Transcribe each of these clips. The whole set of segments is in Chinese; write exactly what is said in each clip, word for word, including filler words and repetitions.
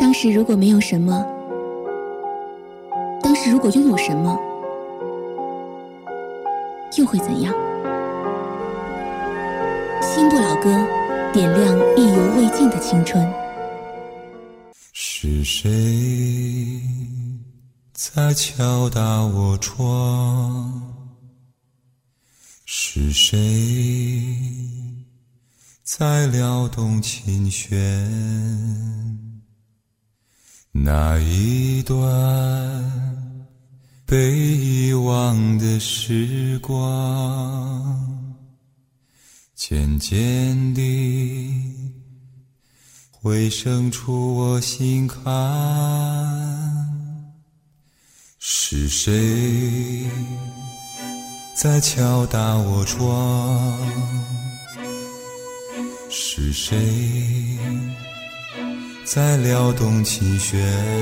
当时如果没有什么，当时如果拥有什么，又会怎样？新不老歌，点亮意犹未尽的青春。 是谁在敲打我窗？是谁在撩动琴弦？那一段被遗忘的时光，渐渐地回声出我心坎。是谁在敲打我窗？是谁在撩动琴弦？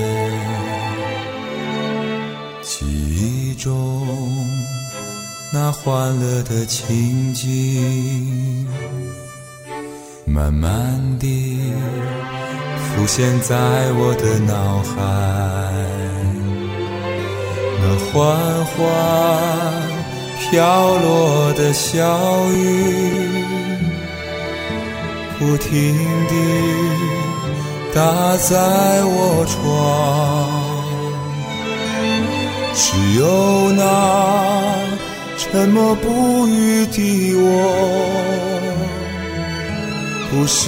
记忆中那欢乐的情景，慢慢地浮现在我的脑海。那缓缓飘落的小雨，不停地打在我窗。只有那沉默不语的我，不时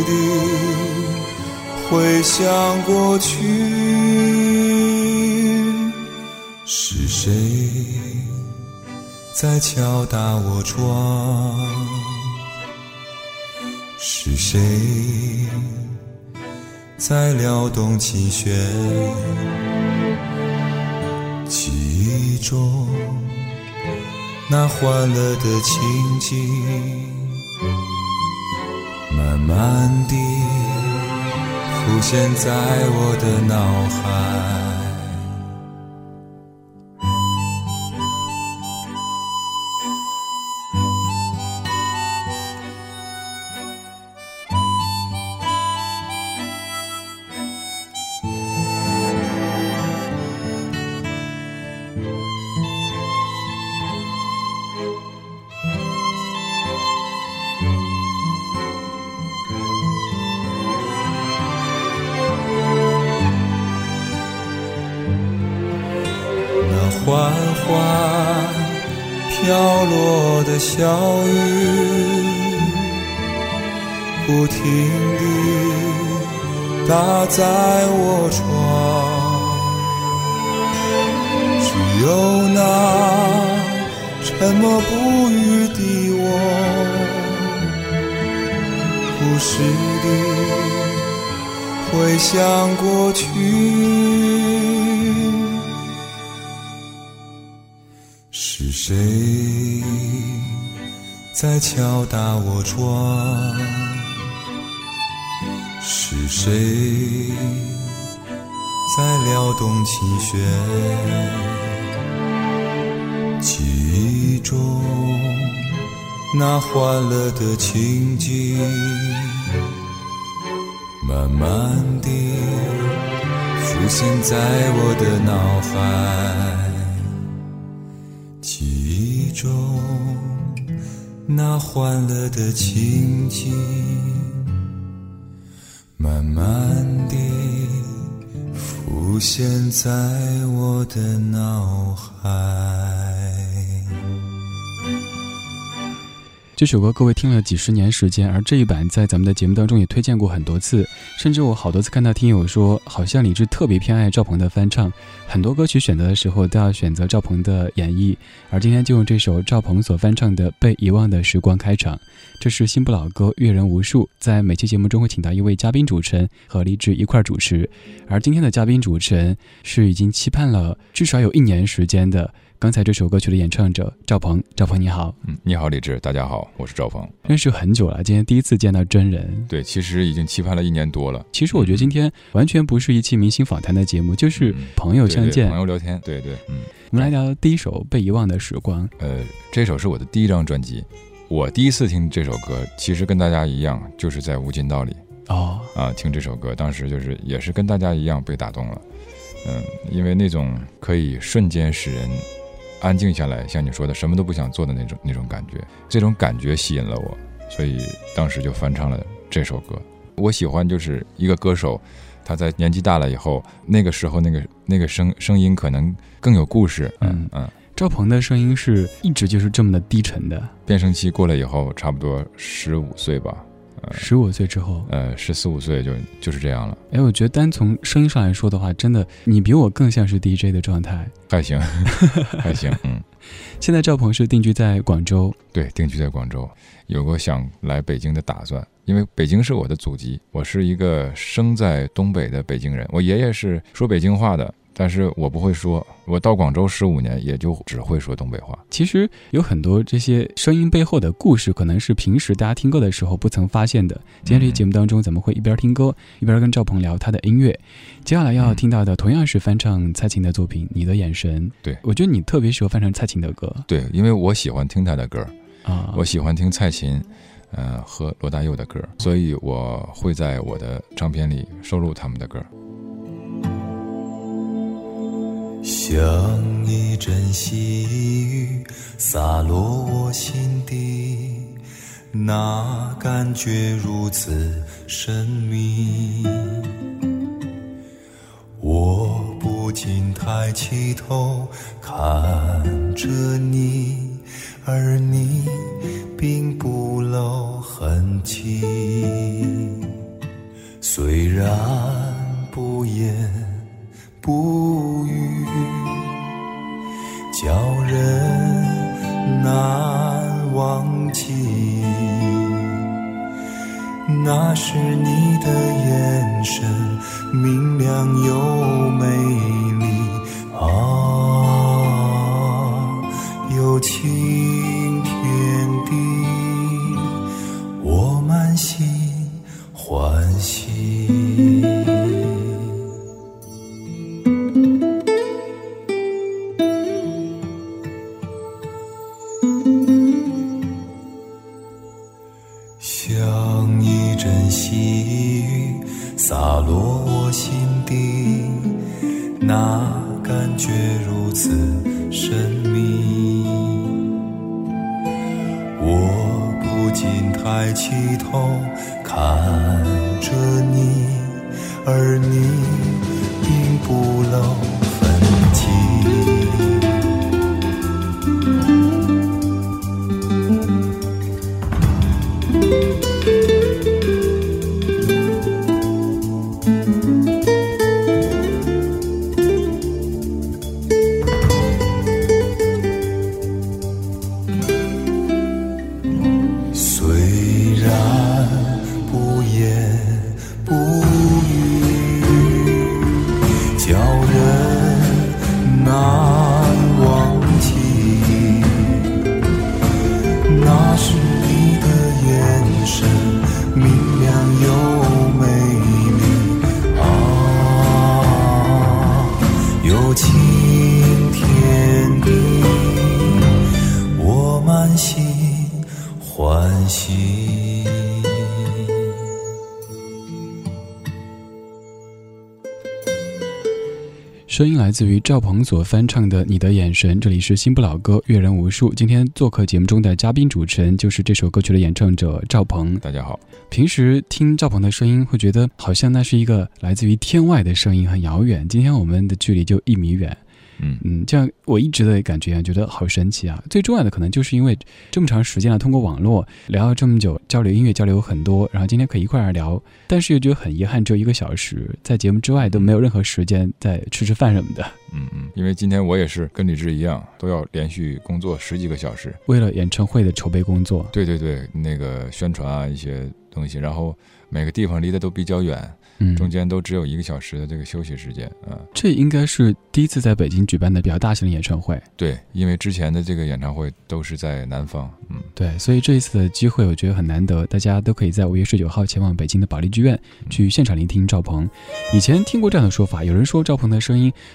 地回想过去。是谁在敲打我窗？是谁在撩动琴弦？记忆中那欢乐的情景，慢慢地浮现在我的脑海。缓缓飘落的小雨，不停地打在我窗。只有那沉默不语的我，不时地回想过去。是谁在敲打我窗？是谁在撩动琴弦？记忆中那欢乐的情景，慢慢地浮现在我的脑海。记忆中那欢乐的情景，慢慢地浮现在我的脑海。 这首歌各位听了几十年时间，而这一版在咱们的节目当中也推荐过很多次，甚至我好多次看到听友说好像李志特别偏爱赵鹏的翻唱，很多歌曲选择的时候都要选择赵鹏的演绎，而今天就用这首赵鹏所翻唱的《被遗忘的时光》开场。这是新不老歌阅人无数，在每期节目中会请到一位嘉宾主持人和李志一块主持，而今天的嘉宾主持人是已经期盼了至少有一年时间的刚才这首歌曲的演唱者赵鹏。赵鹏你好。 嗯，你好李志，大家好，我是赵鹏。 认识很久了，今天第一次见到真人。 对，其实已经期盼了一年多了。 其实我觉得今天完全不是一期明星访谈的节目，就是朋友相见、 嗯、对对朋友聊天。对对，嗯。 我们来聊第一首《被遗忘的时光》。 呃，这首是我的第一张专辑。我第一次听这首歌，其实跟大家一样，就是在无间道里。 哦， 啊，听这首歌，当时就是也是跟大家一样被打动了。嗯，因为那种可以瞬间使人安静下来，像你说的什么都不想做的那种那种感觉，这种感觉吸引了我，所以当时就翻唱了这首歌。我喜欢就是一个歌手，他在年纪大了以后，那个时候那个那个声声音可能更有故事。嗯嗯， 赵鹏的声音是一直就是这么的低沉的。 变声期过了以后，差不多十五岁吧。 十五岁之后， 呃，十四五岁就就是这样了。 哎，我觉得单从声音上来说的话，真的你比我更像是 D J 的状态。 还行，还行，嗯。 现在赵鹏是定居在广州， 对，定居在广州，有个想来北京的打算，因为北京是我的祖籍，我是一个生在东北的北京人，我爷爷是说北京话的。但是我不会说，我到广州十五年也就只会说东北话。 其实有很多这些声音背后的故事，可能是平时大家听歌的时候不曾发现的。今天这期节目当中，咱们会一边听歌，一边跟赵鹏聊他的音乐。接下来要听到的同样是翻唱蔡琴的作品《你的眼神》。 对， 我觉得你特别适合翻唱蔡琴的歌。 对，因为我喜欢听他的歌啊， 我喜欢听蔡琴呃和罗大佑的歌，所以我会在我的唱片里收录他们的歌。 像一阵细雨洒落我心底，那感觉如此神秘。我不禁抬起头看着你，而你并不露痕迹。虽然不言不语，叫人难忘记。那是你的眼神，明亮又美丽啊，有情天地，我满心欢喜。像一阵细雨洒落我心底，那感觉如此神秘。我不禁抬起头看着你，而你并不露痕迹。 声音来自于赵鹏所翻唱的《你的眼神》，这里是新不老歌，阅人无数。今天做客节目中的嘉宾主持人就是这首歌曲的演唱者赵鹏。 大家好。 平时听赵鹏的声音会觉得好像那是一个来自于天外的声音，很遥远。今天我们的距离就一米远。 嗯嗯，这样我一直的感觉啊，觉得好神奇啊！最重要的可能就是因为这么长时间了，通过网络聊了这么久，交流音乐交流很多，然后今天可以一块儿聊，但是又觉得很遗憾，只有一个小时，在节目之外都没有任何时间再吃吃饭什么的。 嗯嗯，因为今天我也是跟李志一样，都要连续工作十几个小时， 为了演唱会的筹备工作。 对对对，那个宣传啊一些东西，然后每个地方离得都比较远。 嗯， 中间都只有一个小时的这个休息时间啊。 这应该是第一次在北京举办的比较大型的演唱会。 对，因为之前的这个演唱会都是在南方。嗯， 对，所以这一次的机会我觉得很难得，大家都可以在五月十九号前往北京的保利剧院去现场聆听赵鹏。以前听过这样的说法，有人说赵鹏的声音，有人怀疑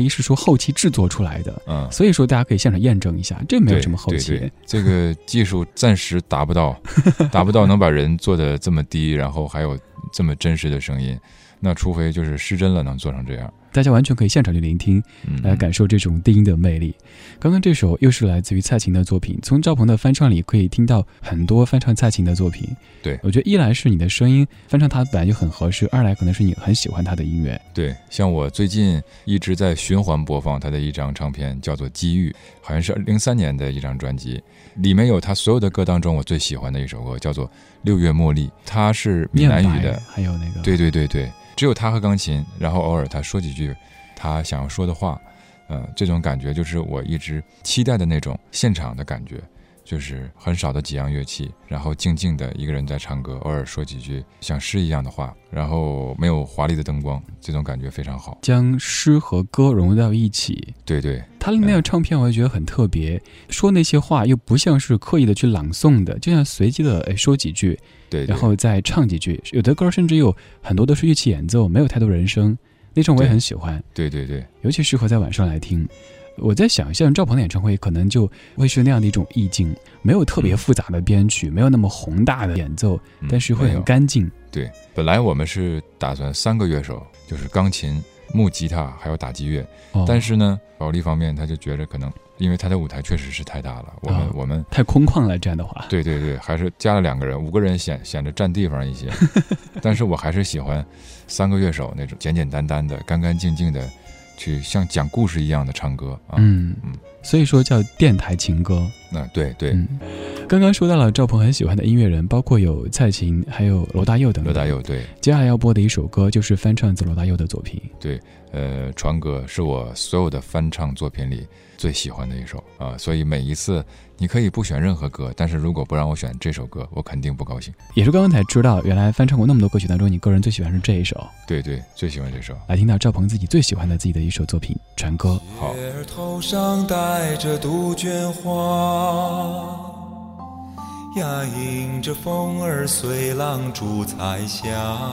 疑是说后期制作出来的， 嗯， 所以说大家可以现场验证一下，这没有什么后期。 对对对，这个技术暂时达不到，达不到能把人做得这么低，然后还有这么真实的声音，那除非就是失真了能做成这样。 大家完全可以现场去聆听，来感受这种低音的魅力。刚刚这首又是来自于蔡琴的作品，从赵鹏的翻唱里可以听到很多翻唱蔡琴的作品。 对， 我觉得一来是你的声音翻唱他本来就很合适，二来可能是你很喜欢他的音乐。 对，像我最近一直在循环播放他的一张唱片，叫做《机遇》，好像是零三年的一张专辑，里面有他所有的歌当中我最喜欢的一首歌，叫做《六月茉莉》，它是闽南语的， 还有那个， 对对对对。只有他和钢琴，然后偶尔他说几句他想要说的话，呃，这种感觉就是我一直期待的那种现场的感觉，就是很少的几样乐器，然后静静的一个人在唱歌，偶尔说几句像诗一样的话，然后没有华丽的灯光，这种感觉非常好， 将诗和歌融到一起。 对对， 他那个唱片我也觉得很特别，嗯、说那些话又不像是刻意的去朗诵的，就像随机的说几句， 对， 然后再唱几句。有的歌甚至有很多都是乐器演奏，没有太多人声，那种我也很喜欢。 对对对， 尤其适合在晚上来听。我在想象赵鹏的演唱会可能就会是那样的一种意境，没有特别复杂的编曲，嗯、没有那么宏大的演奏，嗯、但是会很干净。 对，本来我们是打算三个乐手，就是钢琴、木吉他还有打击乐，哦、但是呢，保利方面他就觉得可能因为他的舞台确实是太大了，我们、哦、我们太空旷了，这样的话， 对对对，还是加了两个人，五个人显显得占地方一些，但是我还是喜欢三个乐手那种简简单单的、干干净净的。去像讲故事一样的唱歌啊， 嗯嗯，所以说叫电台情歌。 那、啊、对对、 嗯，刚刚说到了赵鹏很喜欢的音乐人，包括有蔡琴，还有罗大佑等等。 罗大佑对， 接下来要播的一首歌就是翻唱自罗大佑的作品。 对，呃，传歌是我所有的翻唱作品里最喜欢的一首啊，所以每一次你可以不选任何歌，但是如果不让我选这首歌，我肯定不高兴。 也是刚刚才知道，原来翻唱过那么多歌曲当中，你个人最喜欢是这一首。 对对，最喜欢这首。 来听到赵鹏自己最喜欢的自己的一首作品《传歌》。 好。 叶儿头上戴着杜鹃花，呀，迎着风儿随浪逐彩霞。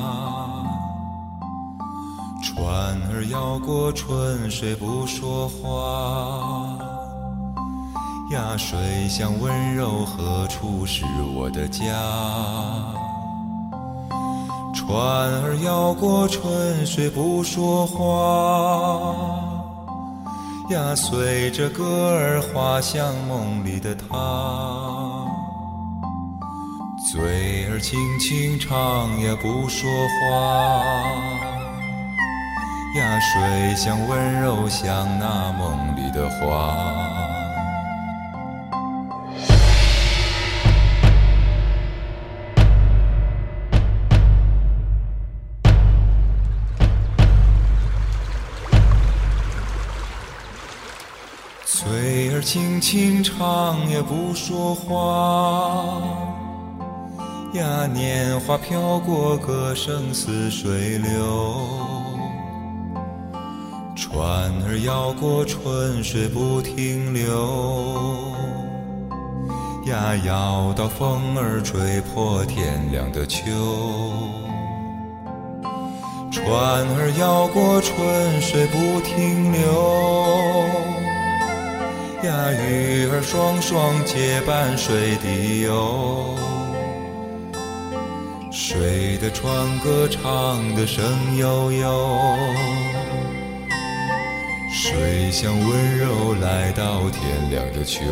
船儿摇过春水不说话，呀，水乡温柔何处是我的家？船儿摇过春水不说话，呀，随着歌儿滑向梦里的他。嘴儿轻轻唱呀不说话，呀，水乡温柔像那梦里的花。嘴儿轻轻唱也不说话，呀，年华飘过，歌声似水流。船儿摇过春水不停留，呀，摇到风儿吹破天亮的秋。船儿摇过春水不停留，呀，鱼儿双双结伴水底游。水的船歌唱得声悠悠，水乡温柔来到天亮的秋。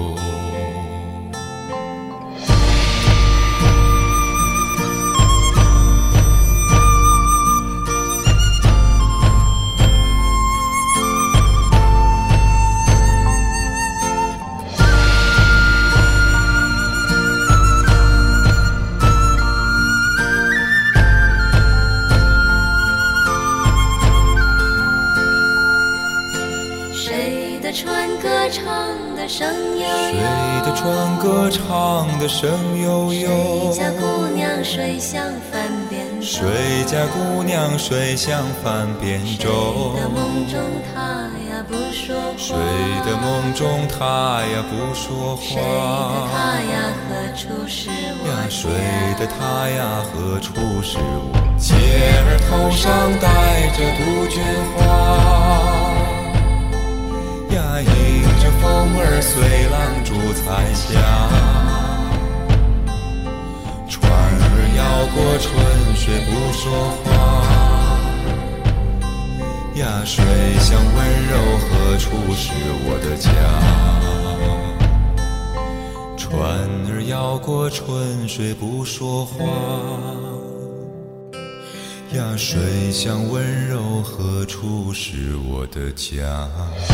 声悠悠， 水家姑娘水乡泛扁舟， 水家姑娘水乡泛扁舟。 水的梦中她呀不说话， 水的梦中她呀不说话。 水的她呀何处是我家？ 水的她呀何处是我？姐儿头上戴着杜鹃花， 呀，迎着风儿随浪逐彩霞，船儿摇过春水不说话，呀，水乡温柔何处是我的家？船儿摇过春水不说话，呀，水乡温柔何处是我的家？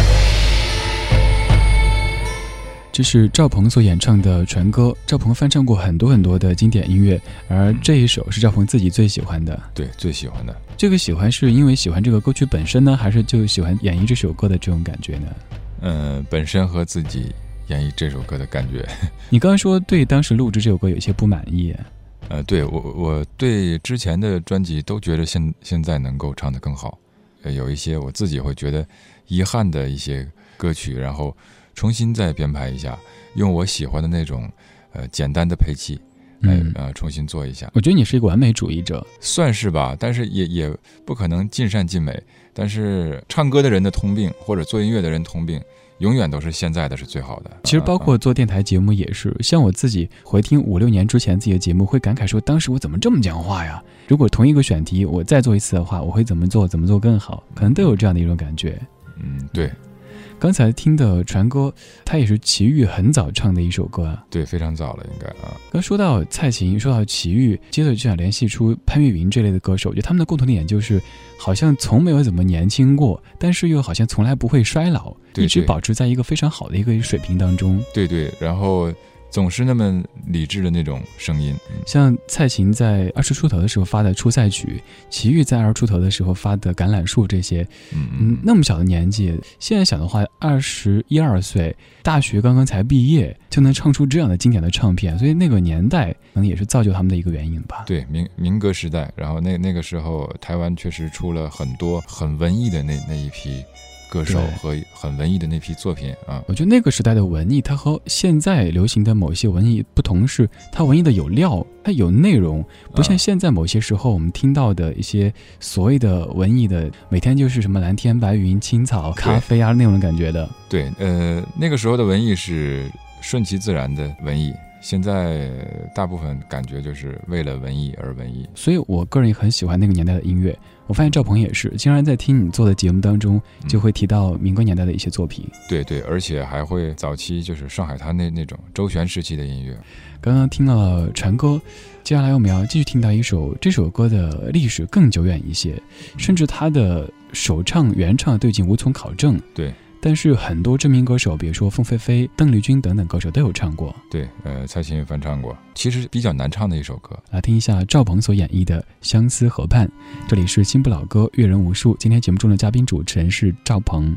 这是赵鹏所演唱的《船歌》。赵鹏翻唱过很多很多的经典音乐，而这一首是赵鹏自己最喜欢的。 对，最喜欢的。 这个喜欢是因为喜欢这个歌曲本身呢，还是就喜欢演绎这首歌的这种感觉呢？ 嗯，本身和自己演绎这首歌的感觉。 你刚刚说对当时录制这首歌有一些不满意。 呃，对我我对之前的专辑都觉得现现在能够唱得更好，呃，有一些我自己会觉得遗憾的一些歌曲，然后重新再编排一下，用我喜欢的那种呃简单的配器来、嗯、呃重新做一下。 我觉得你是一个完美主义者， 算是吧，但是也也不可能尽善尽美。但是唱歌的人的通病，或者做音乐的人通病，永远都是现在的是最好的。 其实包括做电台节目也是，像我自己回听五六年之前自己的节目，会感慨说当时我怎么这么讲话呀？如果同一个选题我再做一次的话，我会怎么做怎么做更好，可能都有这样的一种感觉。 嗯，对。 刚才听的《船歌》，它也是齐豫很早唱的一首歌啊。 对，非常早了，应该啊。 刚说到蔡琴，说到齐豫，接着就想联系出潘越云这类的歌手，我觉得他们的共同点就是，好像从没有怎么年轻过，但是又好像从来不会衰老， 对对， 一直保持在一个非常好的一个水平当中。 对对，然后总是那么理智的那种声音。 像蔡琴在二十出头的时候发的《出塞曲》，齐豫在二十出头的时候发的《橄榄树》，这些，嗯嗯，那么小的年纪，现在想的话，二十一二岁，大学刚刚才毕业，就能唱出这样的经典的唱片，所以那个年代可能也是造就他们的一个原因吧。 对，民民歌时代，然后那那个时候，台湾确实出了很多很文艺的那那一批歌手和很文艺的那批作品啊。 我觉得那个时代的文艺，它和现在流行的某些文艺不同，是它文艺的有料，它有内容，不像现在某些时候我们听到的一些所谓的文艺的，每天就是什么蓝天白云、青草、咖啡啊那种感觉的。 对，呃，那个时候的文艺是顺其自然的文艺。现在大部分感觉就是为了文艺而文艺， 所以我个人也很喜欢那个年代的音乐。我发现赵鹏也是，经常在听你做的节目当中，就会提到民歌年代的一些作品。 嗯、对对，而且还会早期就是上海滩那那种周璇时期的音乐。 刚刚听了《船歌》，接下来我们要继续听到一首，这首歌的历史更久远一些，甚至它的首唱、原唱都已经无从考证。 对。 但是很多知名歌手，比如说凤飞飞、邓丽君等等歌手都有唱过。 对，呃，蔡琴也翻唱过，其实比较难唱的一首歌。 来听一下赵鹏所演绎的《相思河畔》。这里是新不老歌，阅人无数。今天节目中的嘉宾主持人是赵鹏。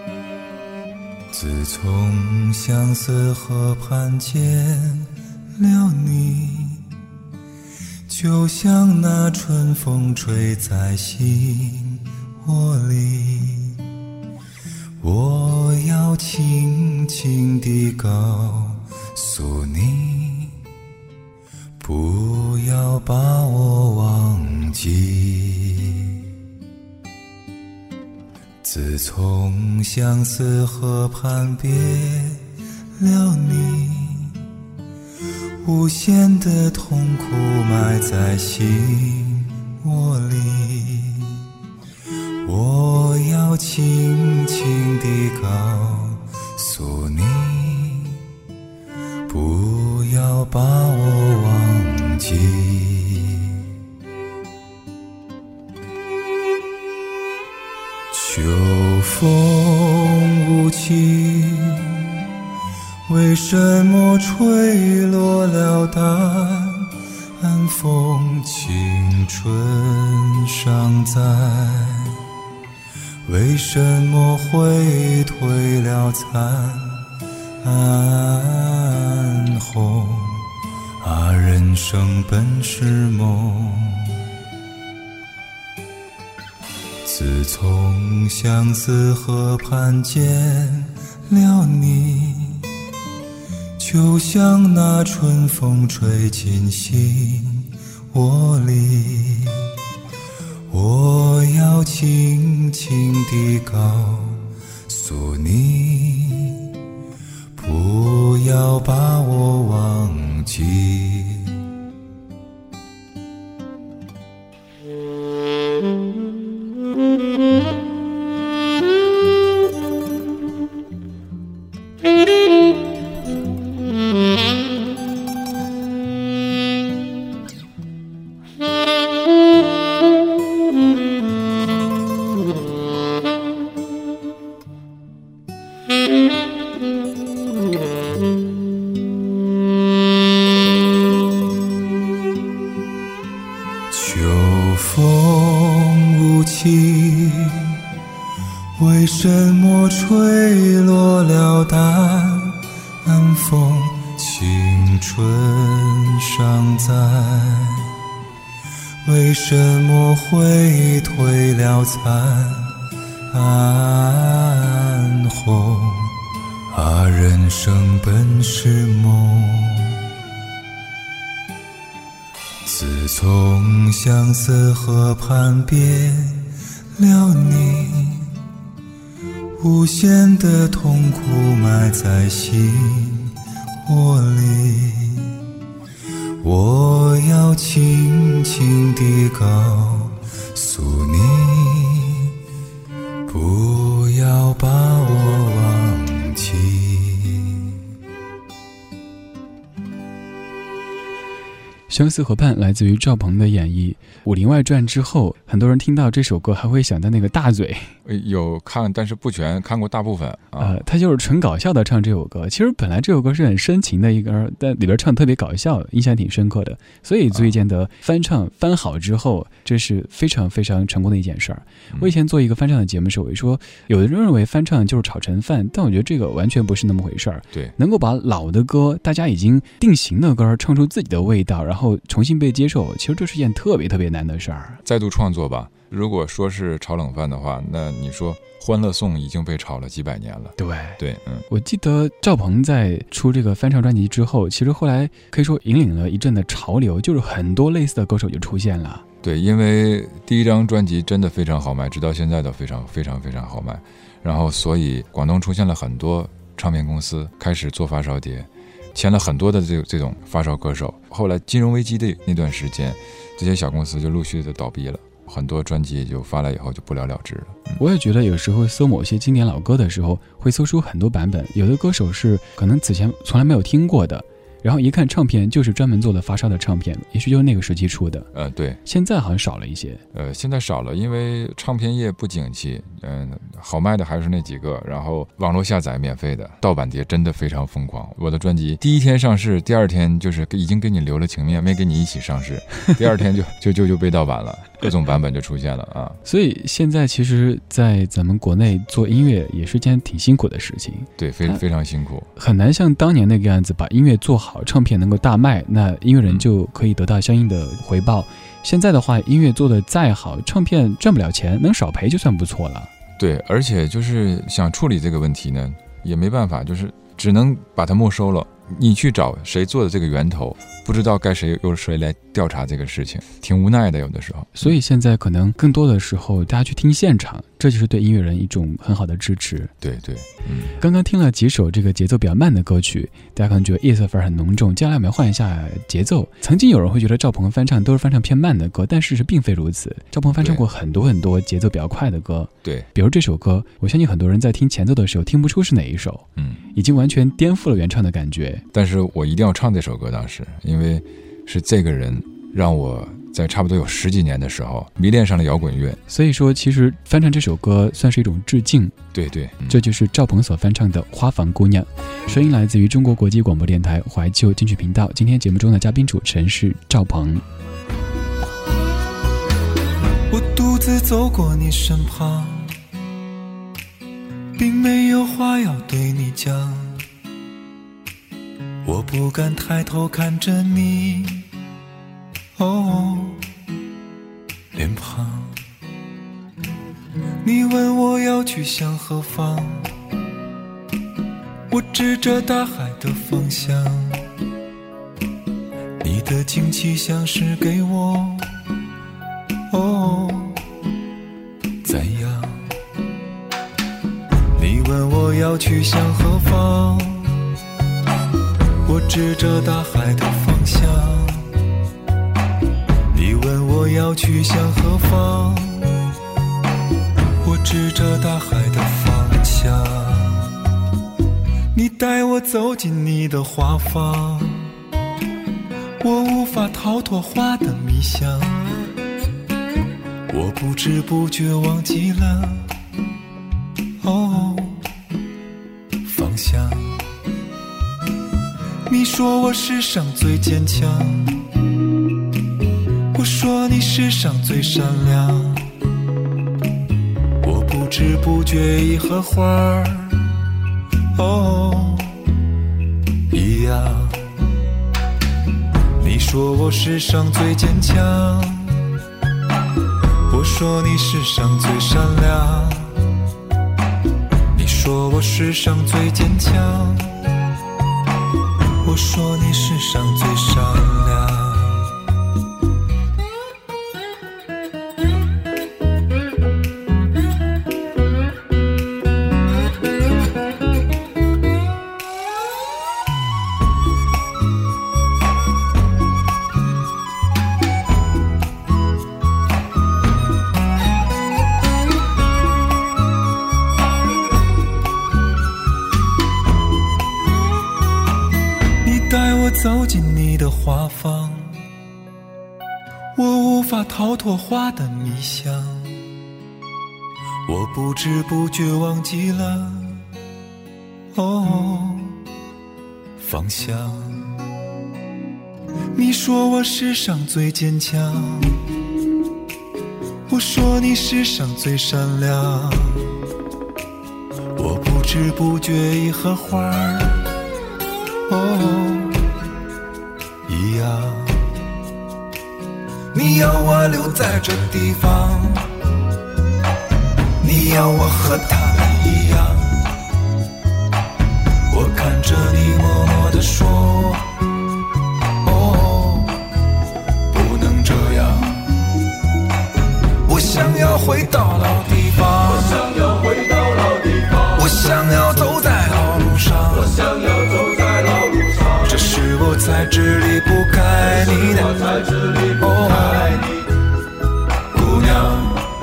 自从相思河畔见了你，就像那春风吹在心窝里，我要轻轻地告诉你，不要把我忘记。自从相思河畔别了你，无限的痛苦埋在心窝里，我要轻轻地告诉你，不要把我忘记。秋风无情，为什么吹落了淡风？青春尚在，为什么会褪了残红？啊，人生本是梦，自从相思河畔见了你，就像那春风吹进心窝里，我要轻轻地告诉你不要把我忘记。秋风无情，为什么吹落了淡风？青春尚在，为什么会褪了残红？啊，人生本是梦，自从相思河畔别了你，无限的痛苦埋在心窝里。我要轻轻地告诉你，不要把我忘记。 相思河畔来自于赵鹏的演绎。《武林外传》之后，很多人听到这首歌还会想到那个大嘴。 有看，但是不全，看过大部分啊。 呃，他就是纯搞笑的唱这首歌。其实本来这首歌是很深情的一个，但里边唱特别搞笑，印象挺深刻的。所以足以见得翻唱翻好之后，这是非常非常成功的一件事儿。我以前做一个翻唱的节目时，我说有的人认为翻唱就是炒成饭，但我觉得这个完全不是那么回事儿。 对， 能够把老的歌，大家已经定型的歌唱出自己的味道，然后重新被接受，其实这是件特别特别难的事儿。 再度创作吧。如果说是炒冷饭的话，那你说《欢乐颂》已经被炒了几百年了。 对对，嗯， 我记得赵鹏在出这个翻唱专辑之后，其实后来可以说引领了一阵的潮流，就是很多类似的歌手就出现了。 对，因为第一张专辑真的非常好卖，直到现在都非常非常非常好卖。然后，所以广东出现了很多唱片公司开始做发烧碟，签了很多的这这种发烧歌手。后来金融危机的那段时间，这些小公司就陆续的倒闭了。很多专辑就发来以后就不了了之了、嗯、 我也觉得有时候搜某些经典老歌的时候会搜出很多版本，有的歌手是可能此前从来没有听过的，然后一看唱片就是专门做的发烧的唱片，也许就是那个时期出的。 呃，对， 现在好像少了一些。 呃，现在少了，因为唱片业不景气，嗯、呃，好卖的还是那几个，然后网络下载免费的，盗版碟真的非常疯狂。我的专辑第一天上市，第二天就是已经给你留了情面，没给你一起上市，第二天就就就就被盗版了，各种版本就出现了啊。 所以现在其实，在咱们国内做音乐也是件挺辛苦的事情。 对，非非常辛苦， 很难像当年那个样子把音乐做好，唱片能够大卖，那音乐人就可以得到相应的回报。嗯、现在的话，音乐做得再好，唱片赚不了钱，能少赔就算不错了。 对，而且就是想处理这个问题呢，也没办法，就是只能把它没收了。你去找谁做的这个源头，不知道该谁由谁来调查这个事情，挺无奈的有的时候。 所以现在可能更多的时候大家去听现场，这就是对音乐人一种很好的支持。 对对，嗯。 刚刚听了几首这个节奏比较慢的歌曲，大家可能觉得夜色范很浓重，接下来我们要换一下节奏。曾经有人会觉得赵鹏翻唱都是翻唱偏慢的歌，但事实并非如此。赵鹏翻唱过很多很多节奏比较快的歌， 对， 比如这首歌，我相信很多人在听前奏的时候听不出是哪一首， 嗯， 已经完全颠覆了原唱的感觉。 但是我一定要唱这首歌，当时因为是这个人让我在差不多有十几年的时候迷恋上了摇滚乐， 所以说其实翻唱这首歌算是一种致敬。 对对、嗯、 这就是赵鹏所翻唱的《花房姑娘》，声音来自于中国国际广播电台怀旧金曲频道。今天节目中的嘉宾主持人是赵鹏。 我独自走过你身旁，并没有话要对你讲，我不敢抬头看着你哦，脸庞。你问我要去向何方，我指着大海的方向。你的惊奇像是给我哦怎样？你去向何方，我指着大海的方向。你问我要去向何方，我指着大海的方向。你带我走进你的画舫，我无法逃脱画的迷香，我不知不觉忘记了哦方向。你说我世上最坚强，我说你世上最善良，我不知不觉已和花儿哦一样。你说我世上最坚强，我说你世上最善良，你说我世上最坚强，我说你世上最善良。走进你的画舫，我无法逃脱画的迷香，我不知不觉忘记了哦方向。你说我世上最坚强，我说你世上最善良，我不知不觉已和花儿哦一样。你要我留在这地方，你要我和他们一样，我看着你默默地说哦不能这样。我想要回到老地方，我想要回到老地方，我想要走在老路上，我想要走在老路上，这是我才知离不开你的哦姑娘。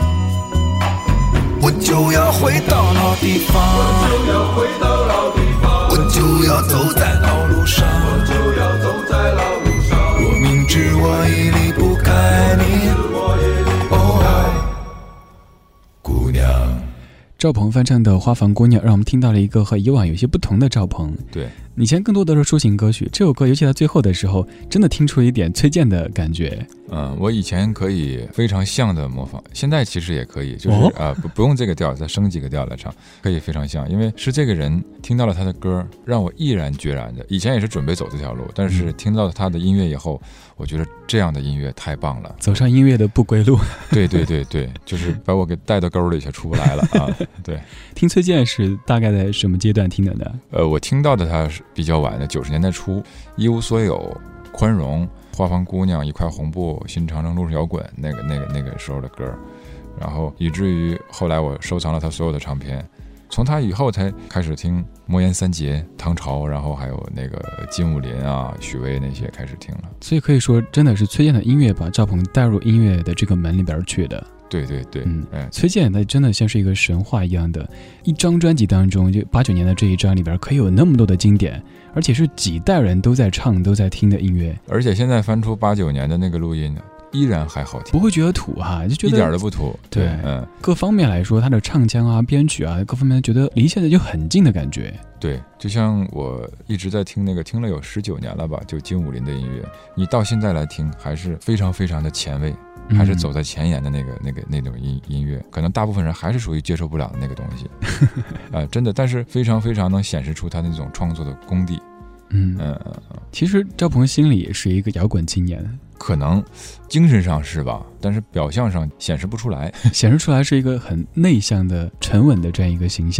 我就要回到老地方，我就要回到老地方，我就要走在老路上，我就要走在老路上，我明知我已离不开你哦姑娘。 赵鹏翻唱的《花房姑娘》让我们听到了一个和以往有些不同的赵鹏。 对， 以前更多的是抒情歌曲，这首歌尤其在最后的时候真的听出一点崔健的感觉。 嗯，我以前可以非常像的模仿，现在其实也可以，就是啊、 哦呃、不不用这个调，再升几个调来唱，可以非常像。因为是这个人听到了他的歌，让我毅然决然的，以前也是准备走这条路，但是听到他的音乐以后，我觉得这样的音乐太棒了， 走上音乐的不归路。 对对对对，就是把我给带到沟里去，出不来了啊！对， 听崔健是大概在什么阶段听的呢？ 呃，我听到的他是比较晚的，九十年代初，一无所有、宽容、花房姑娘、一块红布、新长征路上摇滚，那个那个那个时候的歌，然后以至于后来我收藏了他所有的唱片，从他以后才开始听魔岩三杰、唐朝，然后还有那个金武林啊、许巍那些开始听了。 所以可以说，真的是崔健的音乐把赵鹏带入音乐的这个门里边去的。 对对对， 嗯， 哎， 崔健他真的像是一个神话一样的，一张专辑当中，就八九年的这一张里边，可以有那么多的经典，而且是几代人都在唱、都在听的音乐。 而且现在翻出八九年的那个录音，依然还好听， 不会觉得土哈、啊，就觉得一点都不土。 对， 嗯， 各方面来说，他的唱腔啊、编曲啊，各方面觉得离现在就很近的感觉。 对，就像我一直在听那个，听了有十九年了吧，就金武林的音乐，你到现在来听，还是非常非常的前卫。还是走在前沿的那个、那个、那种音音乐，可能大部分人还是属于接受不了的那个东西，啊、呃，真的，但是非常非常能显示出他那种创作的功底。 嗯嗯嗯，其实赵鹏心里也是一个摇滚青年， 可能精神上是吧，但是表象上显示不出来， 显示出来是一个很内向的、沉稳的这样一个形象。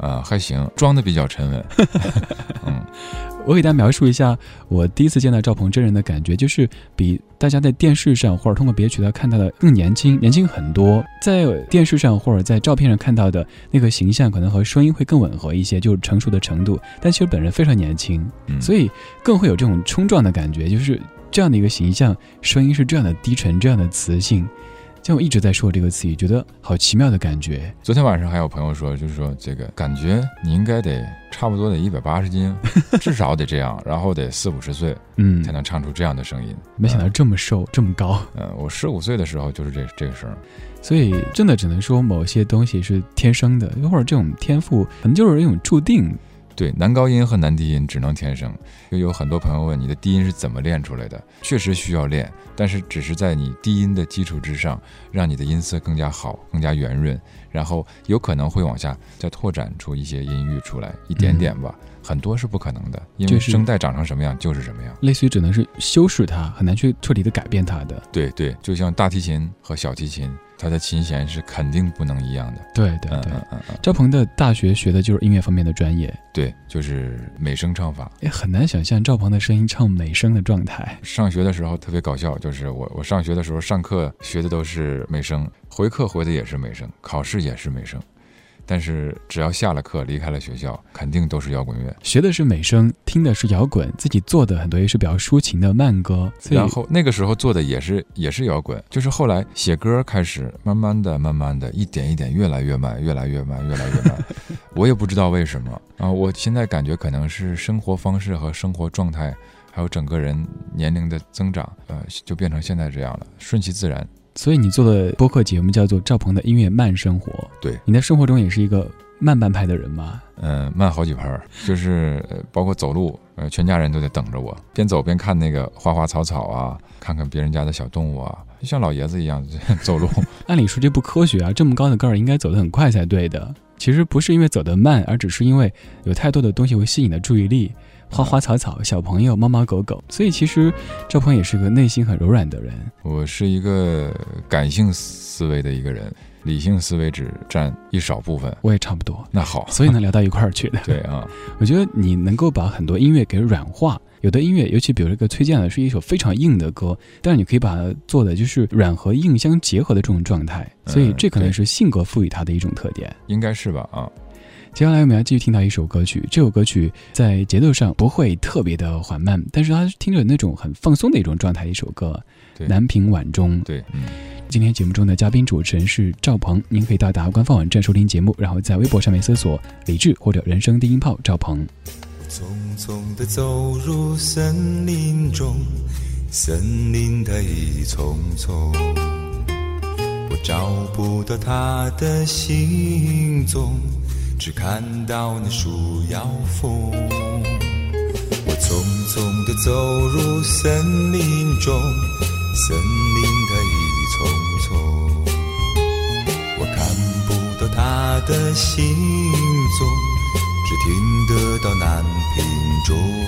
啊、呃，还行，装的比较沉稳。嗯， 我给大家描述一下我第一次见到赵鹏真人的感觉，就是比大家在电视上或者通过别的渠道看到的更年轻，年轻很多。在电视上或者在照片上看到的那个形象，可能和声音会更吻合一些，就是成熟的程度。但其实本人非常年轻， 嗯、 所以更会有这种冲撞的感觉，就是这样的一个形象，声音是这样的低沉，这样的磁性。像我一直在说这个词语，觉得好奇妙的感觉。 昨天晚上还有朋友说，就是说这个感觉你应该得差不多得一百八十斤，至少得这样，然后得四五十岁， 嗯， 才能唱出这样的声音。 没想到这么瘦，嗯、这么高。 嗯，我十五岁的时候就是这这个声， 所以真的只能说某些东西是天生的，或者这种天赋可能就是一种注定。 对，男高音和男低音只能天生。就有很多朋友问你的低音是怎么练出来的，确实需要练，但是只是在你低音的基础之上，让你的音色更加好，更加圆润，然后有可能会往下再拓展出一些音域出来，一点点吧。嗯，很多是不可能的，因为声带长成什么样就是什么样， 类似于只能是修饰它，很难去彻底的改变它的。 对对，就像大提琴和小提琴，它的琴弦是肯定不能一样的。 对对对， 嗯嗯嗯、 赵鹏的大学学的就是音乐方面的专业， 对，就是美声唱法。 也很难想象赵鹏的声音唱美声的状态。 上学的时候特别搞笑，就是我我上学的时候上课学的都是美声，回课回的也是美声，考试也是美声。但是只要下了课离开了学校，肯定都是摇滚乐， 学的是美声，听的是摇滚，自己做的很多也是比较抒情的慢歌。 然后那个时候做的也是也是摇滚，就是后来写歌开始慢慢的慢慢的一点一点越来越慢越来越慢越来越慢我也不知道为什么啊，我现在感觉可能是生活方式和生活状态还有整个人年龄的增长，呃，就变成现在这样了，顺其自然。 所以你做的播客节目叫做赵鹏的音乐慢生活。 对， 你在生活中也是一个慢半拍的人吗？ 嗯、呃，慢好几拍，就是包括走路，呃，全家人都得等着我，边走边看那个花花草草啊，看看别人家的小动物啊，就像老爷子一样走路。 按理说这不科学啊，这么高的个儿应该走得很快才对的。其实不是因为走得慢，而只是因为有太多的东西会吸引你的注意力。花花草草、小朋友、猫猫狗狗，所以其实赵鹏也是个内心很柔软的人。 我是一个感性思维的一个人，理性思维只占一少部分。 我也差不多。 那好， 所以能聊到一块儿去的。 对啊， 我觉得你能够把很多音乐给软化。有的音乐，尤其比如这个崔健的是一首非常硬的歌，但是你可以把它做的就是软和硬相结合的这种状态，所以这可能是性格赋予它的一种特点。 应该是吧？啊。 接下来我们要继续听到一首歌曲，这首歌曲在节奏上不会特别的缓慢，但是它听着那种很放松的一种状态的一首歌，南屏晚钟。 对，嗯。 今天节目中的嘉宾主持人是赵鹏，您可以到达官方网站收听节目，然后在微博上面搜索李志或者人生低音炮赵鹏。 匆匆地走入森林中，森林的一丛丛，我找不到它的行踪，只看到那树摇风。我匆匆地走入森林中，森林的一丛丛，我看不到它的行踪，只听得到南屏钟。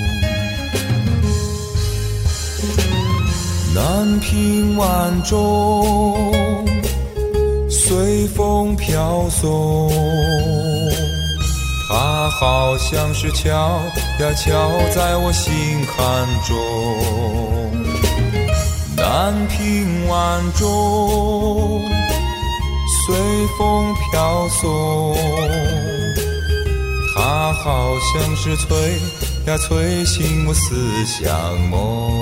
南屏晚钟随风飘送，它好像是敲呀敲在我心坎中。南屏晚钟随风飘送，它好像是催呀催醒我思乡梦，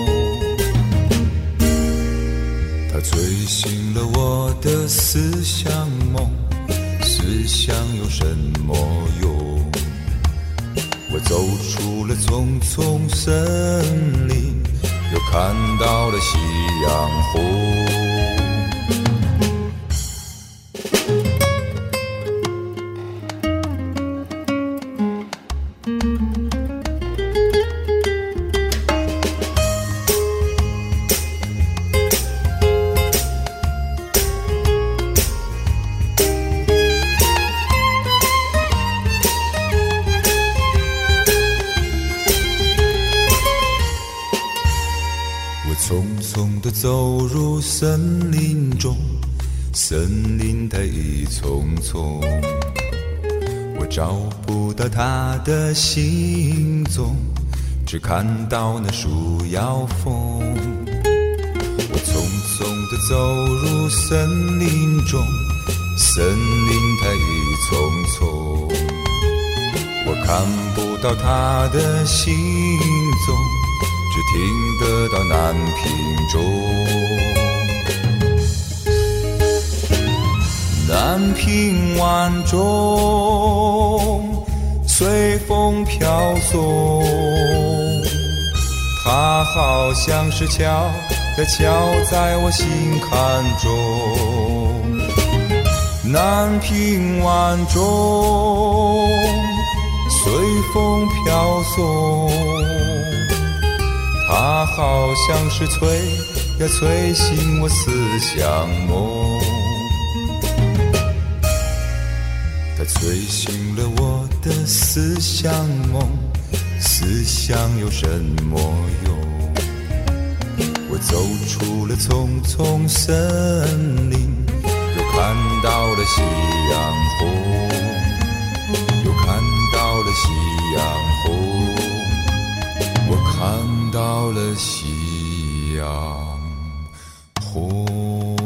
它催醒了我的思乡梦，思乡有什么用？我走出了丛丛森林，又看到了夕阳红。匆匆地走入森林中，森林的一丛丛， 我找不到他的行踪，只看到那树摇风。我匆匆地走入森林中，森林它一丛丛，我看不到他的行踪，只听得到南屏钟。南屏晚钟随风飘送，它好像是敲的敲在我心坎中。南屏晚钟随风飘送，它好像是催呀催醒我思乡梦。它催醒了我的思乡梦，思乡有什么用？我走出了丛丛森林，又看到了夕阳红，又看到了夕阳红，我看到了夕阳红。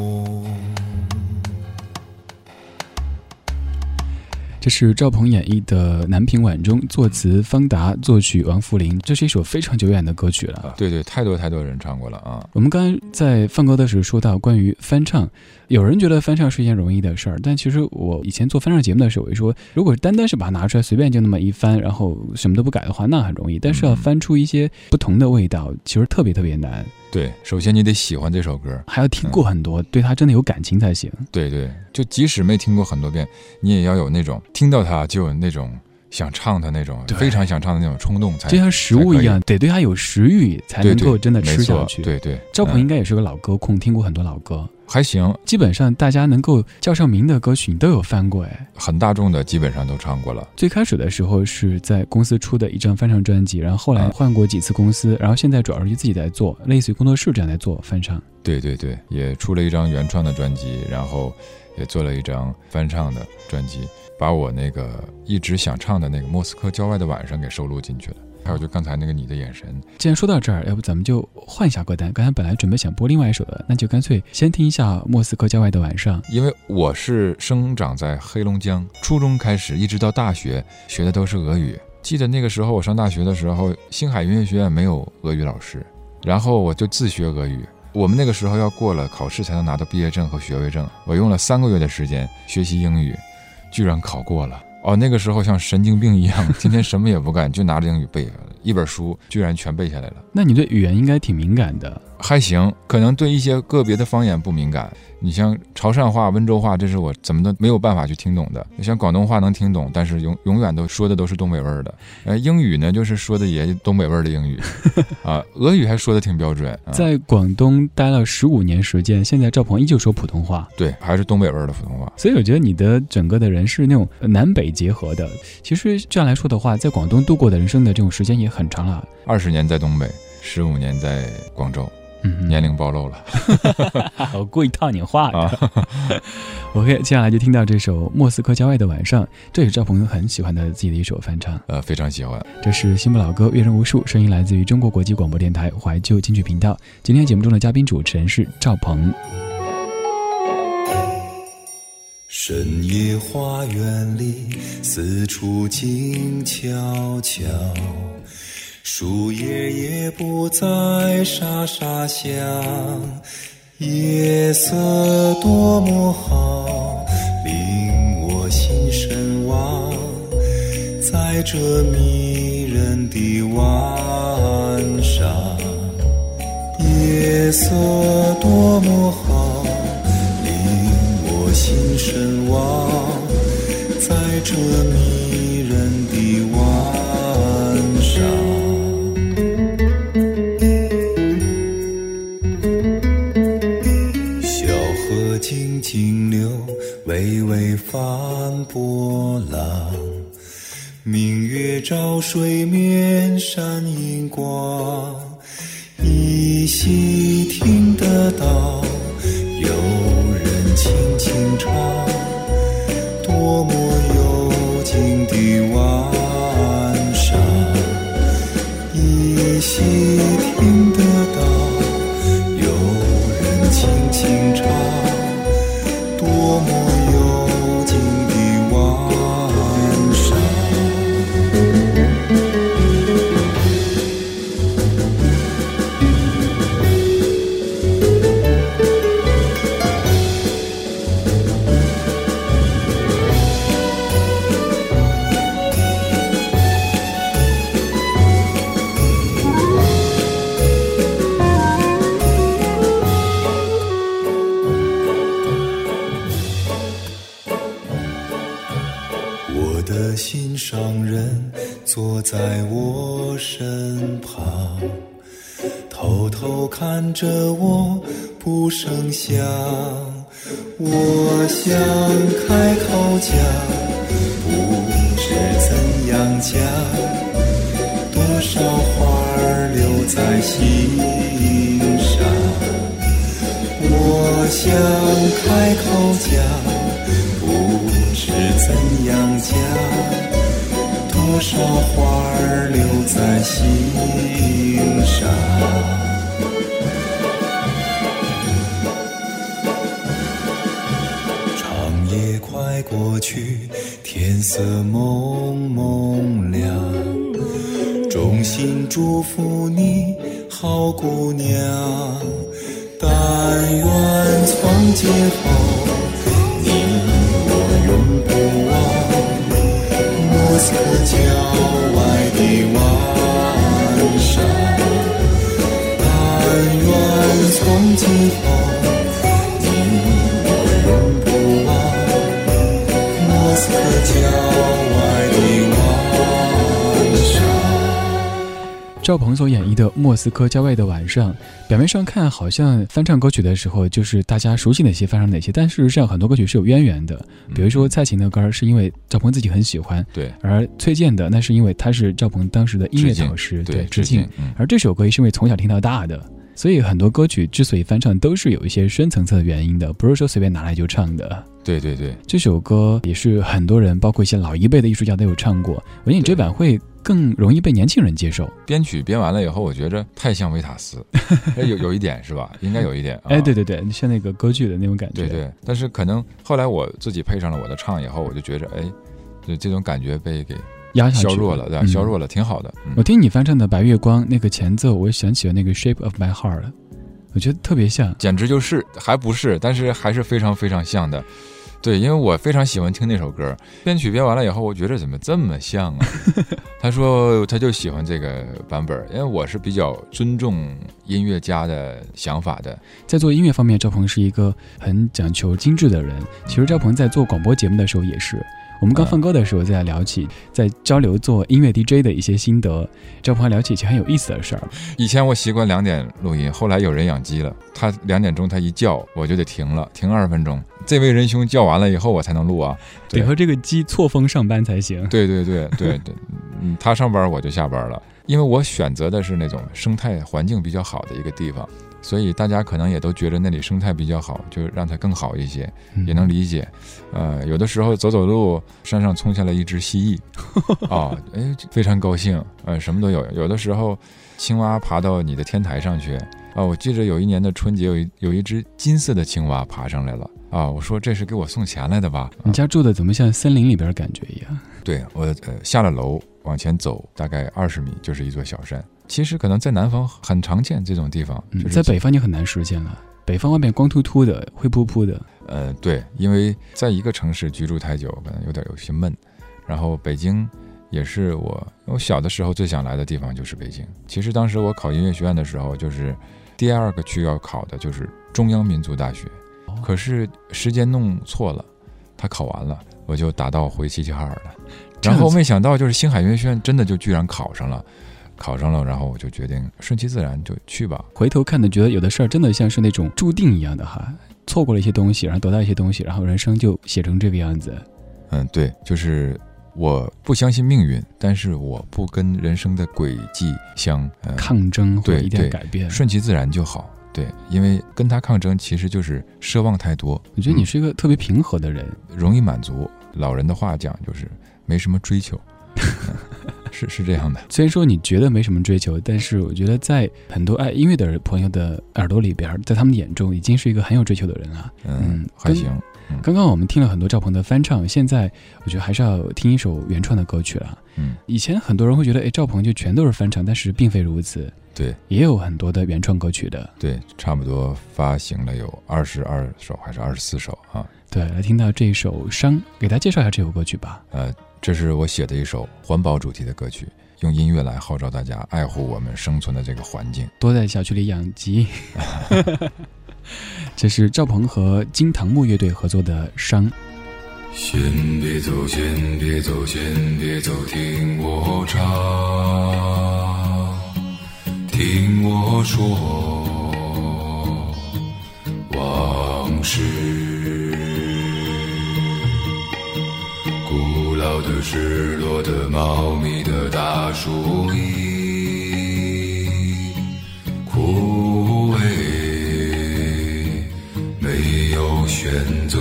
这是赵鹏演绎的《南屏晚钟》，作词方达，作曲王富林。这是一首非常久远的歌曲了。 啊、对对，太多太多人唱过了啊！ 我们刚才在放歌的时候说到关于翻唱，有人觉得翻唱是一件容易的事儿，但其实我以前做翻唱节目的时候，我就说，如果单单是把它拿出来随便就那么一翻，然后什么都不改的话，那很容易。但是要翻出一些不同的味道，其实特别特别难。 对，首先你得喜欢这首歌， 还要听过很多、嗯、对它真的有感情才行。 对对，就即使没听过很多遍，你也要有那种听到它就有那种想唱的那种非常想唱的那种冲动才， 就像食物一样，得对它有食欲才能够真的吃下去。 对 对, 对, 对， 赵鹏应该也是个老歌控、嗯、听过很多老歌。 还行， 基本上大家能够叫上名的歌曲你都有翻过。哎， 很大众的基本上都唱过了。 最开始的时候是在公司出的一张翻唱专辑，然后后来换过几次公司、嗯、然后现在主要是自己在做，类似于工作室这样在做翻唱。 对对对，也出了一张原创的专辑，然后也做了一张翻唱的专辑，把我那个一直想唱的那个莫斯科郊外的晚上给收录进去了，还有就刚才那个你的眼神。 既然说到这儿，要不咱们就换一下歌单。刚才本来准备想播另外一首的，那就干脆先听一下莫斯科郊外的晚上。 因为我是生长在黑龙江，初中开始一直到大学学的都是俄语。记得那个时候我上大学的时候，星海音乐学院没有俄语老师，然后我就自学俄语。我们那个时候要过了考试才能拿到毕业证和学位证，我用了三个月的时间学习英语，居然考过了。哦，那个时候像神经病一样，今天什么也不干，就拿着英语背，一本书居然全背下来了。 那你对语言应该挺敏感的。 还行，可能对一些个别的方言不敏感。你像潮汕话、温州话，这是我怎么都没有办法去听懂的。像广东话能听懂，但是永永远都说的都是东北味儿的。呃，英语呢，就是说的也东北味儿的英语啊。俄语还说的挺标准、啊。 在广东待了十五年时间，现在赵鹏依旧说普通话。 对，还是东北味儿的普通话。 所以我觉得你的整个的人是那种南北结合的。其实这样来说的话，在广东度过的人生的这种时间也很长了。 二十年在东北，十五年在广州。嗯，年龄暴露了， 我故意套你话的。啊、OK， 接下来就听到这首《莫斯科郊外的晚上》，这也是赵鹏很喜欢的自己的一首翻唱。 呃，非常喜欢。 这是新不老歌，阅人无数，声音来自于中国国际广播电台怀旧金曲频道。今天节目中的嘉宾主持人是赵鹏。 深夜花园里，四处静悄悄。树叶也不再沙沙响，夜色多么好，令我心神往。在这迷人的晚上，夜色多么好，令我心神往。在这迷人的晚上，静静流，微微泛波浪。明月照水面闪银光，依稀听得到有人轻轻唱，多么幽静的心上人坐在我身旁，偷偷看着我不声响。我想开口讲，不知怎样讲，多少话儿留在心上。我想开口讲，不知怎样讲，多少话儿留在心上。长夜快过去，天色蒙蒙亮，衷心祝福你好姑娘，但愿从今后你我永不忘莫斯科郊外的晚上，但愿从今后你我永不忘莫斯科郊外的晚上。 赵鹏所演绎的《莫斯科郊外的晚上》，表面上看好像翻唱歌曲的时候就是大家熟悉哪些翻唱哪些，但事实上很多歌曲是有渊源的。比如说蔡琴的歌是因为赵鹏自己很喜欢， 对， 而崔健的那是因为他是赵鹏当时的音乐导师， 对， 致敬。 嗯、 而这首歌也是因为从小听到大的，所以很多歌曲之所以翻唱都是有一些深层次的原因的，不是说随便拿来就唱的。 对对对， 这首歌也是很多人包括一些老一辈的艺术家都有唱过，我觉得你这版会更容易被年轻人接受。 编曲编完了以后，我觉着太像维塔斯，有有一点是吧？应该有一点。啊、 哎，对对对，像那个歌剧的那种感觉。 对对，但是可能后来我自己配上了我的唱以后，我就觉着，哎，就这种感觉被给压下去削弱了，对吧？嗯、削弱了，挺好的。嗯、 我听你翻唱的《白月光》那个前奏，我想起了那个《Shape of My Heart》，我觉得特别像， 简直就是，还不是，但是还是非常非常像的。对，因为我非常喜欢听那首歌，编曲编完了以后，我觉得怎么这么像啊？他说他就喜欢这个版本，因为我是比较尊重音乐家的想法的。 在做音乐方面，赵鹏是一个很讲求精致的人。其实赵鹏在做广播节目的时候也是。我们刚放歌的时候在聊起，在交流做音乐 D J 的一些心得，赵鹏还聊起一些很有意思的事儿。 以前我习惯两点录音，后来有人养鸡了，他两点钟他一叫我就得停了，停二十分钟。这位仁兄叫完了以后我才能录啊， 得和这个鸡错峰上班才行。 对对对对对，嗯，他上班我就下班了，因为我选择的是那种生态环境比较好的一个地方。所以大家可能也都觉得那里生态比较好，就让它更好一些，也能理解。呃，有的时候走走路，山上冲下来一只蜥蜴，啊，哎，非常高兴，呃，什么都有。有的时候，青蛙爬到你的天台上去，啊，我记得有一年的春节，有一有一只金色的青蛙爬上来了，啊，我说这是给我送钱来的吧？ 你家住的怎么像森林里边感觉一样？ 对，我呃下了楼往前走大概二十米就是一座小山。其实可能在南方很常见这种地方， 嗯就是、 在北方就很难实现了。北方外面光秃秃的，灰扑扑的。 呃，对，因为在一个城市居住太久，可能有点有些闷。然后北京也是我我小的时候最想来的地方，就是北京。其实当时我考音乐学院的时候，就是第二个区要考的就是中央民族大学，哦、可是时间弄错了，他考完了，我就打道回齐齐哈尔了。然后没想到就是星海音乐学院真的就居然考上了。考上了，然后我就决定顺其自然就去吧。 回头看的，觉得有的事儿真的像是那种注定一样的哈，错过了一些东西，然后得到一些东西，然后人生就写成这个样子。 嗯，对，就是我不相信命运，但是我不跟人生的轨迹相、呃、 抗争或者一定改变， 顺其自然就好。对，因为跟他抗争其实就是奢望太多。 我觉得你是一个特别平和的人， 嗯、容易满足。老人的话讲就是没什么追求。是是这样的， 虽然说你觉得没什么追求，但是我觉得在很多爱音乐的朋友的耳朵里边，在他们眼中已经是一个很有追求的人了。 嗯，还行。 嗯、刚刚我们听了很多赵鹏的翻唱，现在我觉得还是要听一首原创的歌曲了。 嗯， 以前很多人会觉得，哎，赵鹏就全都是翻唱，但是并非如此。 对， 也有很多的原创歌曲的。 对，差不多发行了有二十二首还是二十四首啊？ 对，来听到这首《伤》，给大家介绍一下这首歌曲吧。 呃。这是我写的一首环保主题的歌曲，用音乐来号召大家爱护我们生存的这个环境。 多在小区里养鸡。这是赵鹏和金堂木乐队合作的《伤》。 先别走，先别走，先别走，听我唱，听我说往事。古老的、失落的、茂密的大树已枯萎，没有选择。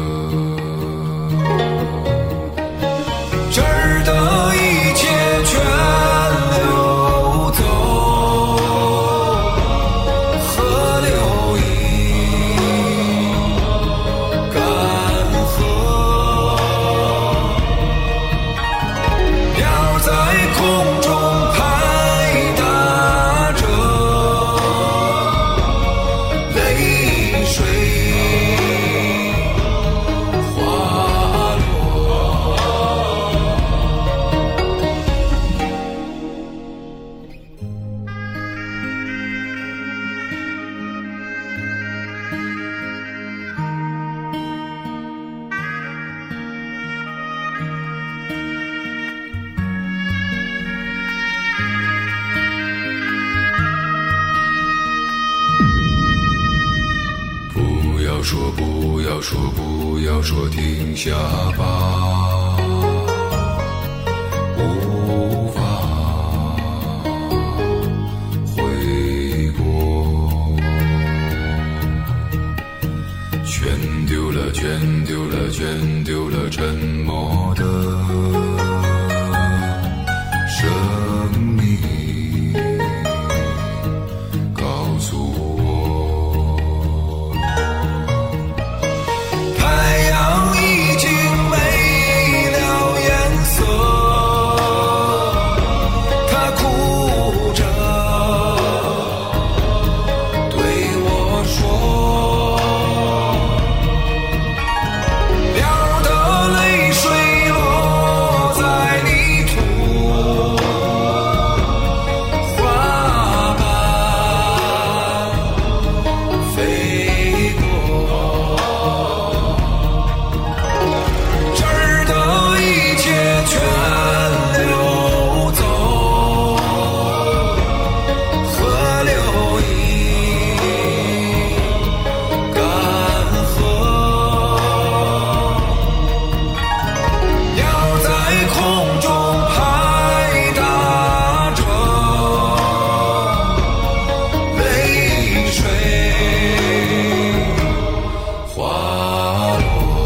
这儿的一切全流走，河流已干涸，鸟在空中拍打着泪水滑落。不要说，不要说，不要说，停下吧，无法回国，全丢了，全丢了，全丢了，沉默的生命，告诉我。太阳已经没了颜色，它哭着对我说，鸟的泪水落在泥土，花瓣飞过。这儿的一切全流走，河流已干涸，鸟在空中拍打着泪水滑落。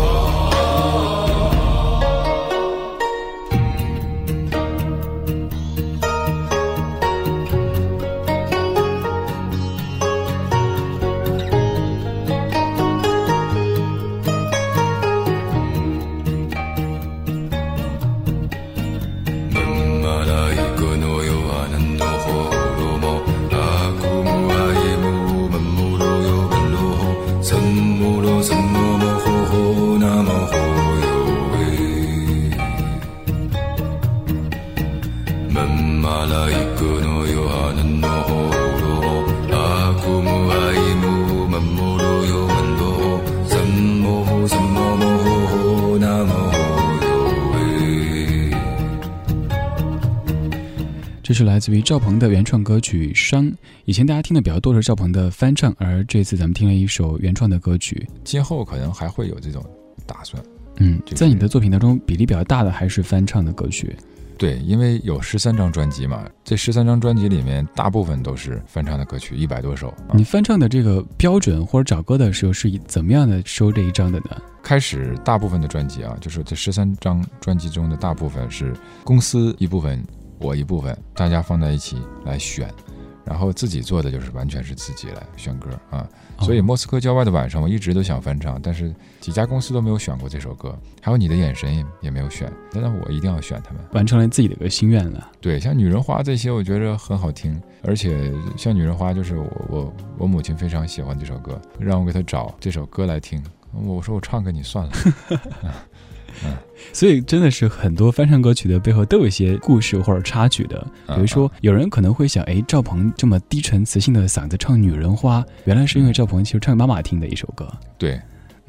这是来自于赵鹏的原创歌曲《伤》，以前大家听的比较多是赵鹏的翻唱，而这次咱们听了一首原创的歌曲。 今后可能还会有这种打算。 嗯，在你的作品当中，比例比较大的还是翻唱的歌曲。 对，因为有十三张专辑嘛，这十三张专辑里面大部分都是翻唱的歌曲，一百多首。 你翻唱的这个标准或者找歌的时候是以怎么样的收这一张的呢？ 开始大部分的专辑啊，就是这十三张专辑中的大部分是公司一部分，我一部分，大家放在一起来选，然后自己做的就是完全是自己来选歌啊。所以莫斯科郊外的晚上我一直都想翻唱，但是几家公司都没有选过这首歌，还有你的眼神也没有选，但是我一定要选他们， 完成了自己的一个心愿了。 对，像女人花这些我觉得很好听，而且像女人花就是我我我母亲非常喜欢这首歌，让我给她找这首歌来听，我说我唱给你算了。嗯， 所以真的是很多翻唱歌曲的背后都有一些故事或者插曲的。比如说有人可能会想，哎，赵鹏这么低沉磁性的嗓子唱女人花，原来是因为赵鹏其实唱给妈妈听的一首歌。 对，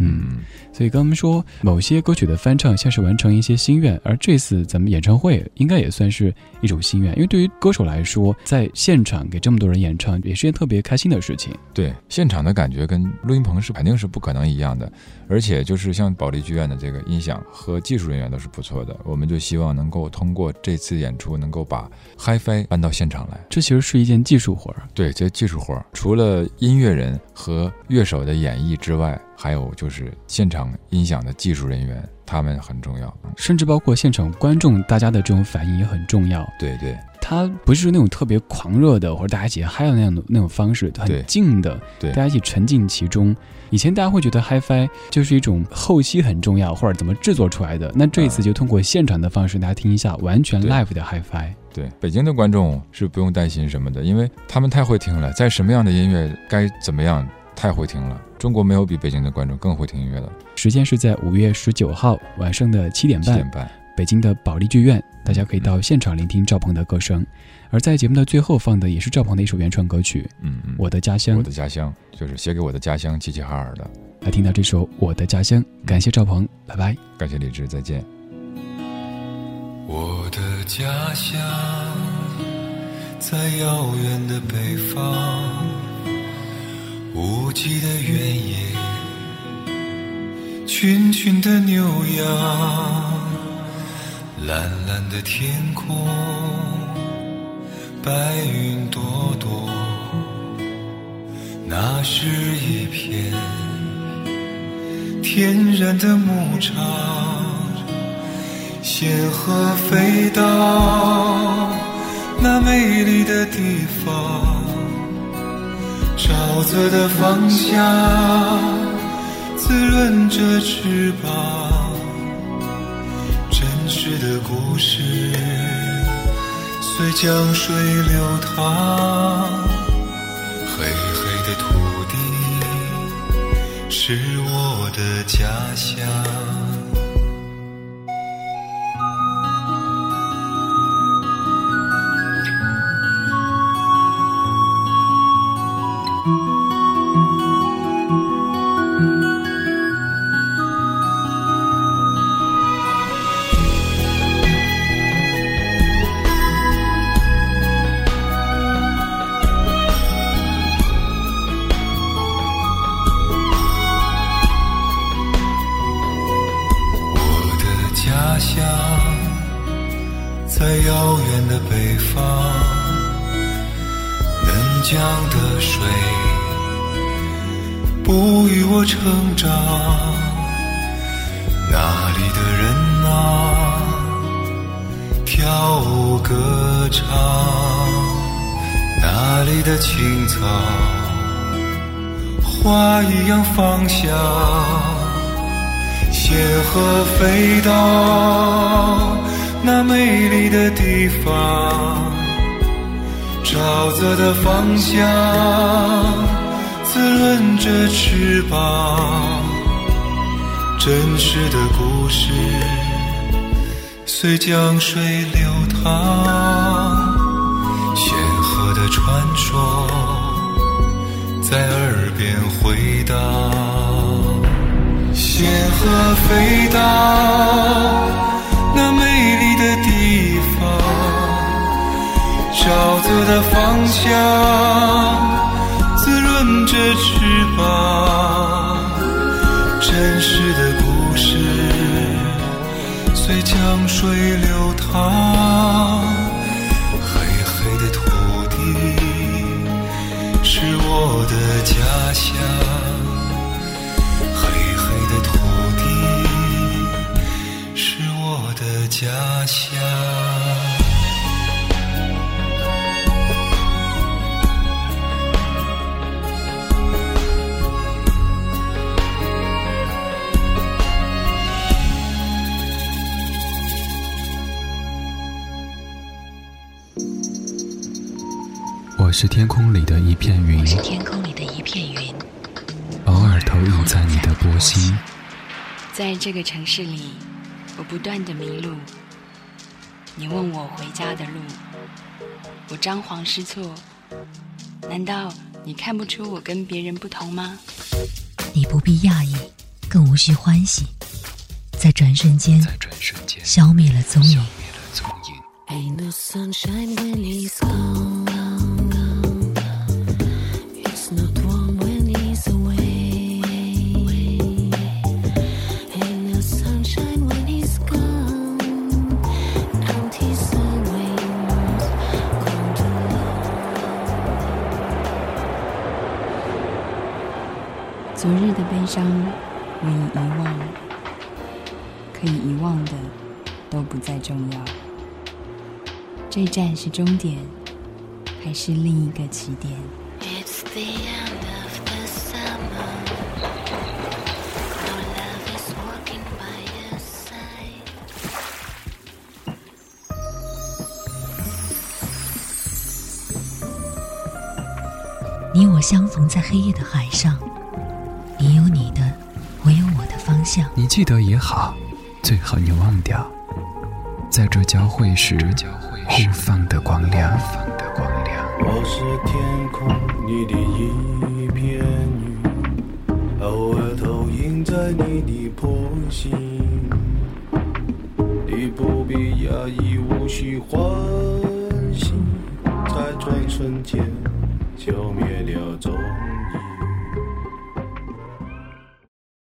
嗯，所以跟我们说，某些歌曲的翻唱像是完成一些心愿，而这次咱们演唱会应该也算是一种心愿，因为对于歌手来说，在现场给这么多人演唱，也是件特别开心的事情。 对，现场的感觉跟录音棚是肯定是不可能一样的，而且就是像保利剧院的这个音响和技术人员都是不错的，我们就希望能够通过这次演出，能够把 Hi-Fi 搬到现场来。 这其实是一件技术活儿。 对，这技术活儿，除了音乐人和乐手的演绎之外，还有就是现场音响的技术人员，他们很重要， 甚至包括现场观众大家的这种反应也很重要。 对对， 它不是那种特别狂热的或者大家一起嗨的那样的那种方式，很静的， 对， 大家一起沉浸其中。以前大家会觉得 Hi-Fi 就是一种后期很重要或者怎么制作出来的，那这一次就通过现场的方式，大家听一下完全 live 的 Hi-Fi。 对，北京的观众是不用担心什么的，因为他们太会听了，在什么样的音乐该怎么样太会听了。中国没有比北京的观众更会听音乐的。 时间是在五月十九号晚上的七点半， 七点半， 北京的保利剧院，大家可以到现场聆听赵鹏的歌声。而在节目的最后放的也是赵鹏的一首原创歌曲， 嗯嗯， 我的家乡。 我的家乡就是写给我的家乡齐齐哈尔的。 来听到这首我的家乡，感谢赵鹏，拜拜。 感谢李志，再见。 我的家乡在遥远的北方，无际的原野，群群的牛羊，蓝蓝的天空，白云朵朵，那是一片天然的牧场，仙鹤飞到那美丽的地方，沼泽的芳香滋润着翅膀，真实的故事随江水流淌，黑黑的土地是我的家乡。在遥远的北方，嫩江的水哺育我成长，那里的人啊跳舞歌唱，那里的青草花一样芳香，仙鹤飞到那美丽的地方，沼泽的芳香滋润着翅膀，真实的故事随江水流淌，仙鹤的传说在耳边回荡，仙鹤飞到那美丽的地方，沼泽的芳香滋润着翅膀，真实的故事随江水流淌，黑黑的土地是我的家乡，黑黑的土地是我的家乡。 我是天空里的一片云， 我是天空里的一片云， 偶尔投影在你的波心。 在这个城市里，我不断地迷路，你问我回家的路，我张皇失措，难道你看不出我跟别人不同吗？ 你不必讶异， 更无需欢喜，在转瞬间消灭了踪影。 Ain't no sunshine when he's gone. It's not warm when he's away. Ain't no sunshine when he's gone. And he's always gone too long. 昨日的悲伤我已遗忘，可以遗忘的都不再重要。这站是终点，还是另一个起点？ It's the end of the summer. No love is walking by your side. 你我相逢在黑夜的海上，你有你的，我有我的方向。 你记得也好，最好你忘掉，在这交汇时互放的光亮。 我是天空你的一片云，偶尔投影在你的波心，你不必压抑，无需欢喜，在转瞬间消灭了踪。